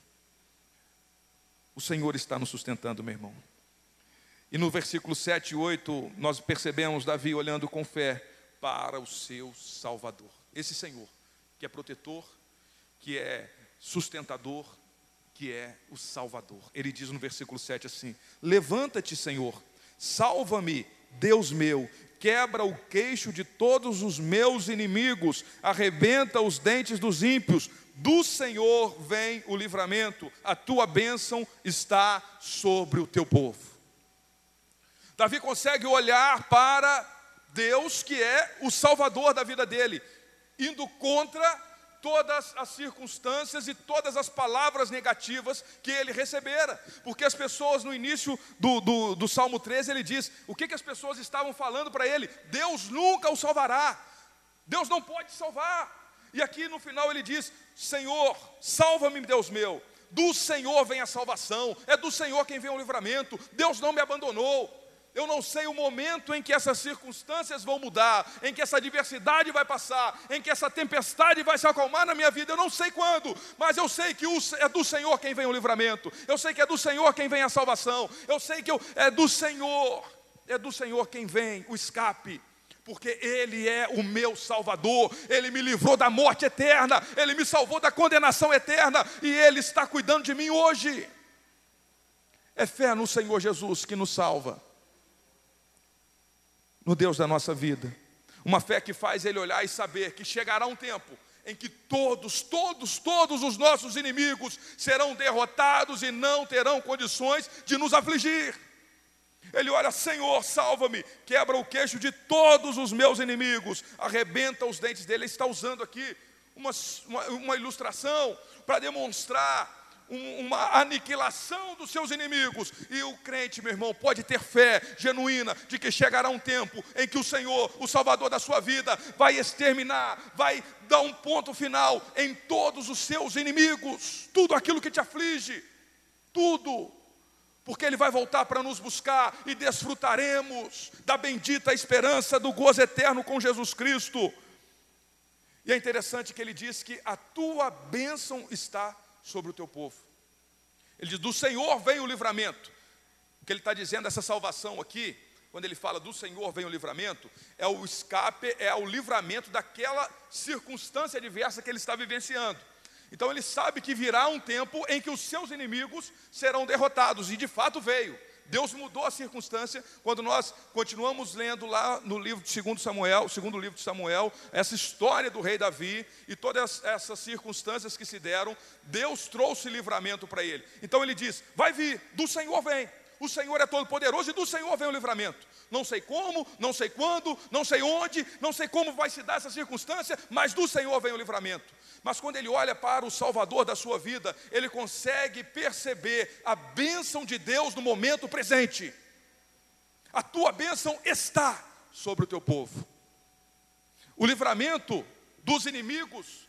O Senhor está nos sustentando, meu irmão. E no versículo 7 e 8, nós percebemos Davi olhando com fé para o seu Salvador. Esse Senhor, que é protetor, que é sustentador, que é o Salvador. Ele diz no versículo 7 assim: levanta-te, Senhor, salva-me, Deus meu, quebra o queixo de todos os meus inimigos, arrebenta os dentes dos ímpios. Do Senhor vem o livramento, a tua bênção está sobre o teu povo. Davi consegue olhar para Deus, que é o Salvador da vida dele, indo contra todas as circunstâncias e todas as palavras negativas que ele recebera. Porque as pessoas, no início do Salmo 13, ele diz, o que as pessoas estavam falando para ele? Deus nunca o salvará, Deus não pode salvar. E aqui no final ele diz: Senhor, salva-me, Deus meu. Do Senhor vem a salvação, é do Senhor quem vem o livramento. Deus não me abandonou. Eu não sei o momento em que essas circunstâncias vão mudar, em que essa adversidade vai passar, em que essa tempestade vai se acalmar na minha vida. Eu não sei quando, mas eu sei que é do Senhor quem vem o livramento. Eu sei que é do Senhor quem vem a salvação. Eu sei que é do Senhor quem vem o escape. Porque Ele é o meu Salvador, Ele me livrou da morte eterna, Ele me salvou da condenação eterna, e Ele está cuidando de mim hoje. É fé no Senhor Jesus que nos salva, no Deus da nossa vida. Uma fé que faz Ele olhar e saber que chegará um tempo em que todos os nossos inimigos serão derrotados e não terão condições de nos afligir. Ele olha: Senhor, salva-me, quebra o queixo de todos os meus inimigos, arrebenta os dentes dele. Ele está usando aqui uma ilustração para demonstrar uma aniquilação dos seus inimigos. E o crente, meu irmão, pode ter fé genuína de que chegará um tempo em que o Senhor, o Salvador da sua vida, vai exterminar, vai dar um ponto final em todos os seus inimigos, tudo aquilo que te aflige, tudo. Porque Ele vai voltar para nos buscar e desfrutaremos da bendita esperança do gozo eterno com Jesus Cristo. E é interessante que Ele diz que a tua bênção está sobre o teu povo. Ele diz: do Senhor vem o livramento. O que Ele está dizendo, essa salvação aqui, quando Ele fala do Senhor vem o livramento, é o escape, é o livramento daquela circunstância adversa que Ele está vivenciando. Então Ele sabe que virá um tempo em que os seus inimigos serão derrotados, e de fato veio. Deus mudou a circunstância quando nós continuamos lendo lá no livro de segundo livro de Samuel, essa história do rei Davi e todas essas circunstâncias que se deram. Deus trouxe livramento para ele. Então Ele diz: vai vir, do Senhor vem. O Senhor é todo poderoso e do Senhor vem o livramento. Não sei como, não sei quando, não sei onde, não sei como vai se dar essa circunstância, mas do Senhor vem o livramento. Mas quando ele olha para o Salvador da sua vida, ele consegue perceber a bênção de Deus no momento presente. A tua bênção está sobre o teu povo. O livramento dos inimigos,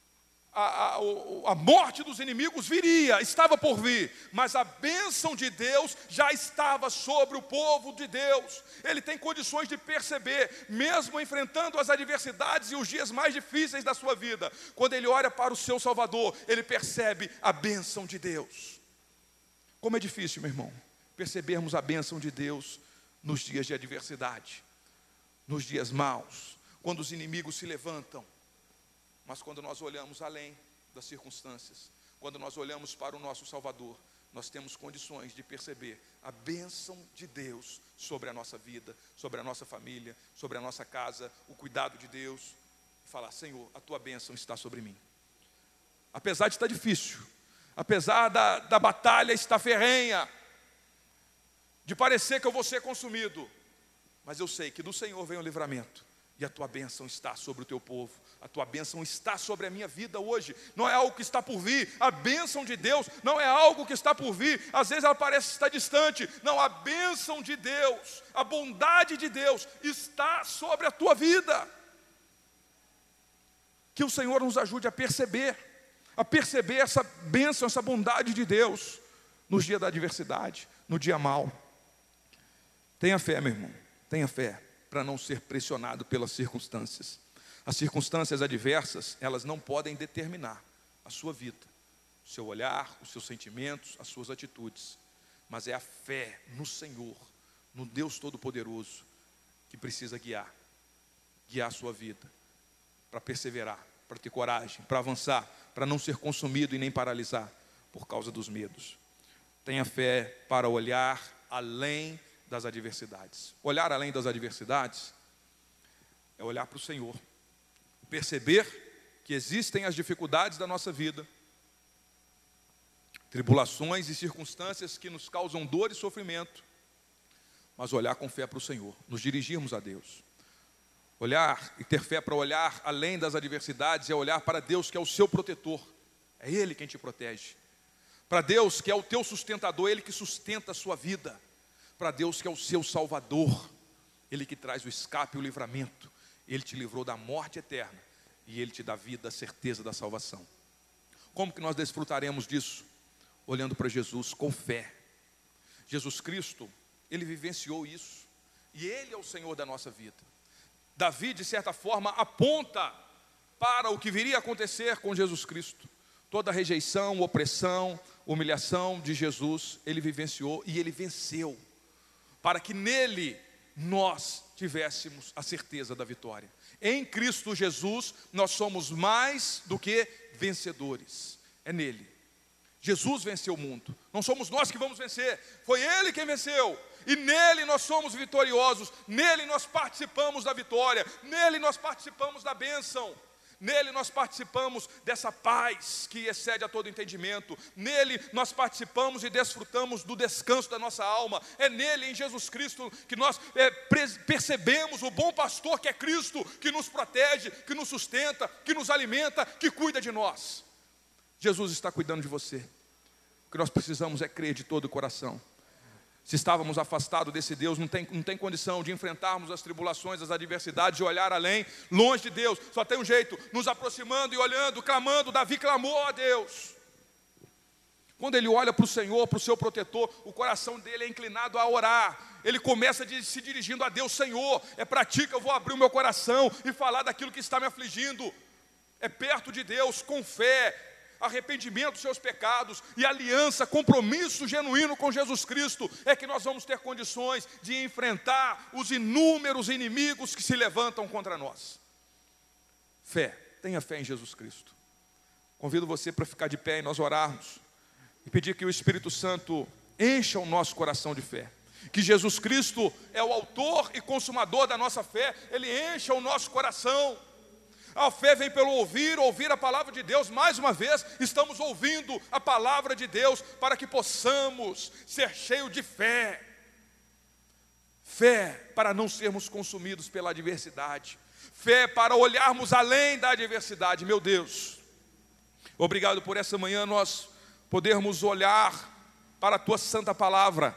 a morte dos inimigos viria, estava por vir, mas a bênção de Deus já estava sobre o povo de Deus. Ele tem condições de perceber, mesmo enfrentando as adversidades e os dias mais difíceis da sua vida, quando ele olha para o seu Salvador, ele percebe a bênção de Deus. Como é difícil, meu irmão, percebermos a bênção de Deus nos dias de adversidade, nos dias maus, quando os inimigos se levantam. Mas quando nós olhamos além das circunstâncias, quando nós olhamos para o nosso Salvador, nós temos condições de perceber a bênção de Deus sobre a nossa vida, sobre a nossa família, sobre a nossa casa, o cuidado de Deus, e falar: Senhor, a tua bênção está sobre mim. Apesar de estar difícil, apesar da batalha estar ferrenha, de parecer que eu vou ser consumido, mas eu sei que do Senhor vem o livramento. E a tua bênção está sobre o teu povo. A tua bênção está sobre a minha vida hoje. Não é algo que está por vir. A bênção de Deus não é algo que está por vir. Às vezes ela parece estar distante. Não, a bênção de Deus, a bondade de Deus está sobre a tua vida. Que o Senhor nos ajude a perceber essa bênção, essa bondade de Deus nos dias da adversidade, no dia mau. Tenha fé, meu irmão, tenha fé, para não ser pressionado pelas circunstâncias. As circunstâncias adversas, elas não podem determinar a sua vida, o seu olhar, os seus sentimentos, as suas atitudes. Mas é a fé no Senhor, no Deus Todo-Poderoso, que precisa guiar a sua vida, para perseverar, para ter coragem, para avançar, para não ser consumido e nem paralisar por causa dos medos. Tenha fé para olhar além das adversidades. Olhar além das adversidades é olhar para o Senhor, perceber que existem as dificuldades da nossa vida, tribulações e circunstâncias que nos causam dor e sofrimento, mas olhar com fé para o Senhor, nos dirigirmos a Deus. Olhar e ter fé para olhar além das adversidades é olhar para Deus, que é o seu protetor, é Ele quem te protege. Para Deus, que é o teu sustentador, Ele que sustenta a sua vida. Para Deus, que é o seu Salvador, Ele que traz o escape e o livramento. Ele te livrou da morte eterna e Ele te dá vida, a certeza da salvação. Como que nós desfrutaremos disso? Olhando para Jesus com fé. Jesus Cristo, ele vivenciou isso. E ele é o Senhor da nossa vida. Davi, de certa forma, aponta para o que viria a acontecer com Jesus Cristo. Toda a rejeição, opressão, humilhação de Jesus, ele vivenciou e ele venceu, para que nele nós tivéssemos a certeza da vitória. Em Cristo Jesus, nós somos mais do que vencedores. É nele. Jesus venceu o mundo. Não somos nós que vamos vencer, foi Ele quem venceu. E nele nós somos vitoriosos, nele nós participamos da vitória, nele nós participamos da bênção. Nele nós participamos dessa paz que excede a todo entendimento. Nele nós participamos e desfrutamos do descanso da nossa alma. É nele, em Jesus Cristo, que nós percebemos o bom pastor que é Cristo, que nos protege, que nos sustenta, que nos alimenta, que cuida de nós. Jesus está cuidando de você. O que nós precisamos é crer de todo o coração. Se estávamos afastados desse Deus, não tem condição de enfrentarmos as tribulações, as adversidades, de olhar além, longe de Deus. Só tem um jeito, nos aproximando e olhando, clamando. Davi clamou a Deus. Quando ele olha para o Senhor, para o seu protetor, o coração dele é inclinado a orar. Ele começa se dirigindo a Deus: Senhor, é para ti que eu vou abrir o meu coração e falar daquilo que está me afligindo. É perto de Deus, com fé, arrependimento dos seus pecados e aliança, compromisso genuíno com Jesus Cristo, é que nós vamos ter condições de enfrentar os inúmeros inimigos que se levantam contra nós. Fé, tenha fé em Jesus Cristo. Convido você para ficar de pé e nós orarmos e pedir que o Espírito Santo encha o nosso coração de fé, que Jesus Cristo é o autor e consumador da nossa fé, Ele encha o nosso coração. A fé vem pelo ouvir a palavra de Deus. Mais uma vez, estamos ouvindo a palavra de Deus para que possamos ser cheios de fé. Fé para não sermos consumidos pela adversidade. Fé para olharmos além da adversidade. Meu Deus, obrigado por essa manhã nós podermos olhar para a Tua santa palavra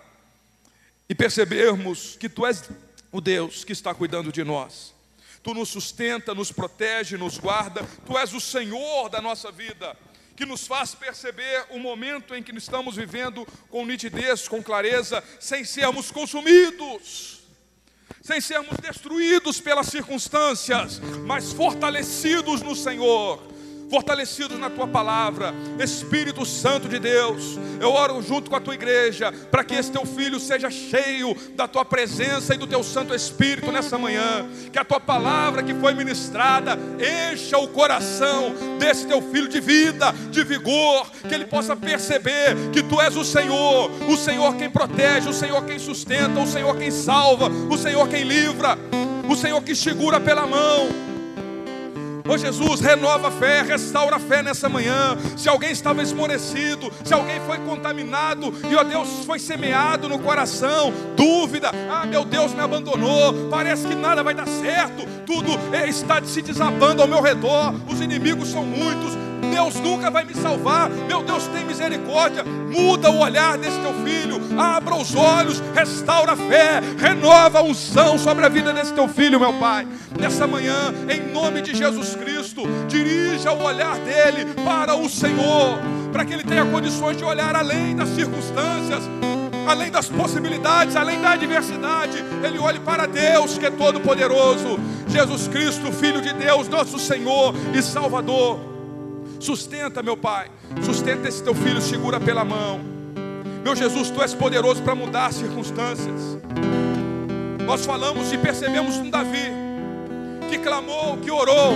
e percebermos que Tu és o Deus que está cuidando de nós. Tu nos sustenta, nos protege, nos guarda. Tu és o Senhor da nossa vida, que nos faz perceber o momento em que estamos vivendo com nitidez, com clareza, sem sermos consumidos, sem sermos destruídos pelas circunstâncias, mas fortalecidos no Senhor, fortalecidos na Tua palavra. Espírito Santo de Deus, eu oro junto com a Tua igreja, para que esse Teu Filho seja cheio da Tua presença e do Teu Santo Espírito nessa manhã, que a Tua palavra que foi ministrada encha o coração desse Teu Filho de vida, de vigor, que ele possa perceber que Tu és o Senhor quem protege, o Senhor quem sustenta, o Senhor quem salva, o Senhor quem livra, o Senhor que segura pela mão. Ó Jesus, renova a fé, restaura a fé nessa manhã. Se alguém estava esmorecido, se alguém foi contaminado e, ó Deus, foi semeado no coração dúvida: ah, meu Deus me abandonou, parece que nada vai dar certo, tudo está se desabando ao meu redor, os inimigos são muitos, Deus nunca vai me salvar. Meu Deus, tem misericórdia. Muda o olhar desse Teu Filho, abra os olhos, restaura a fé, renova a unção sobre a vida desse Teu Filho, meu Pai. Nessa manhã, em nome de Jesus Cristo, dirija o olhar dele para o Senhor, para que ele tenha condições de olhar além das circunstâncias, além das possibilidades, além da adversidade. Ele olhe para Deus que é todo poderoso, Jesus Cristo, Filho de Deus, nosso Senhor e Salvador. Sustenta, meu Pai, sustenta esse Teu Filho, segura pela mão. Meu Jesus, Tu és poderoso para mudar as circunstâncias. Nós falamos e percebemos um Davi que clamou, que orou,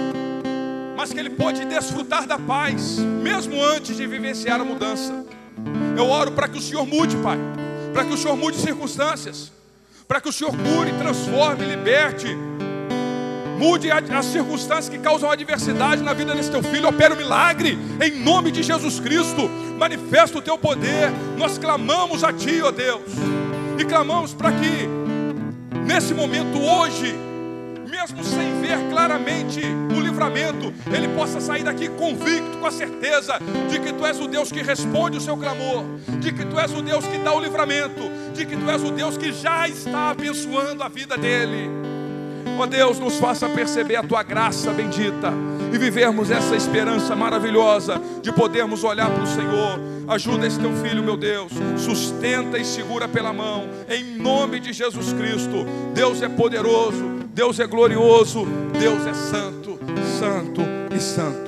mas que ele pôde desfrutar da paz, mesmo antes de vivenciar a mudança. Eu oro para que o Senhor mude, Pai, para que o Senhor mude circunstâncias, para que o Senhor cure, transforme, liberte, mude as circunstâncias que causam adversidade na vida desse Teu Filho. Opera o milagre, em nome de Jesus Cristo. Manifesta o Teu poder. Nós clamamos a Ti, ó Deus, e clamamos para que nesse momento hoje, mesmo sem ver claramente o livramento, ele possa sair daqui convicto, com a certeza de que Tu és o Deus que responde o seu clamor, de que Tu és o Deus que dá o livramento, de que Tu és o Deus que já está abençoando a vida dele. Ó Deus, nos faça perceber a Tua graça bendita, e vivermos essa esperança maravilhosa de podermos olhar para o Senhor. Ajuda esse teu filho, meu Deus, sustenta e segura pela mão, em nome de Jesus Cristo. Deus é poderoso, Deus é glorioso, Deus é santo, santo e santo.